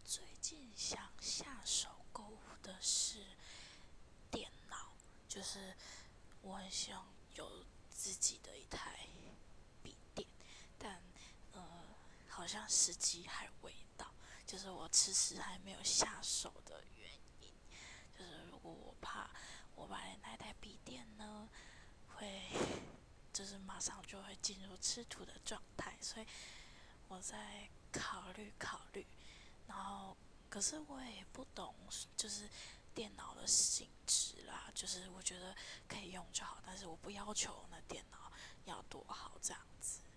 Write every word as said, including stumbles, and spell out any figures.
最近想下手购物的是电脑，就是我很想有自己的一台笔电，但呃好像时机还未到，就是我迟迟还没有下手的原因，就是如果我怕我买的那台笔电呢，会就是马上就会进入吃土的状态，所以我在考虑考虑。然后，可是我也不懂，就是电脑的性质啦，就是我觉得可以用就好，但是我不要求那电脑要多好这样子。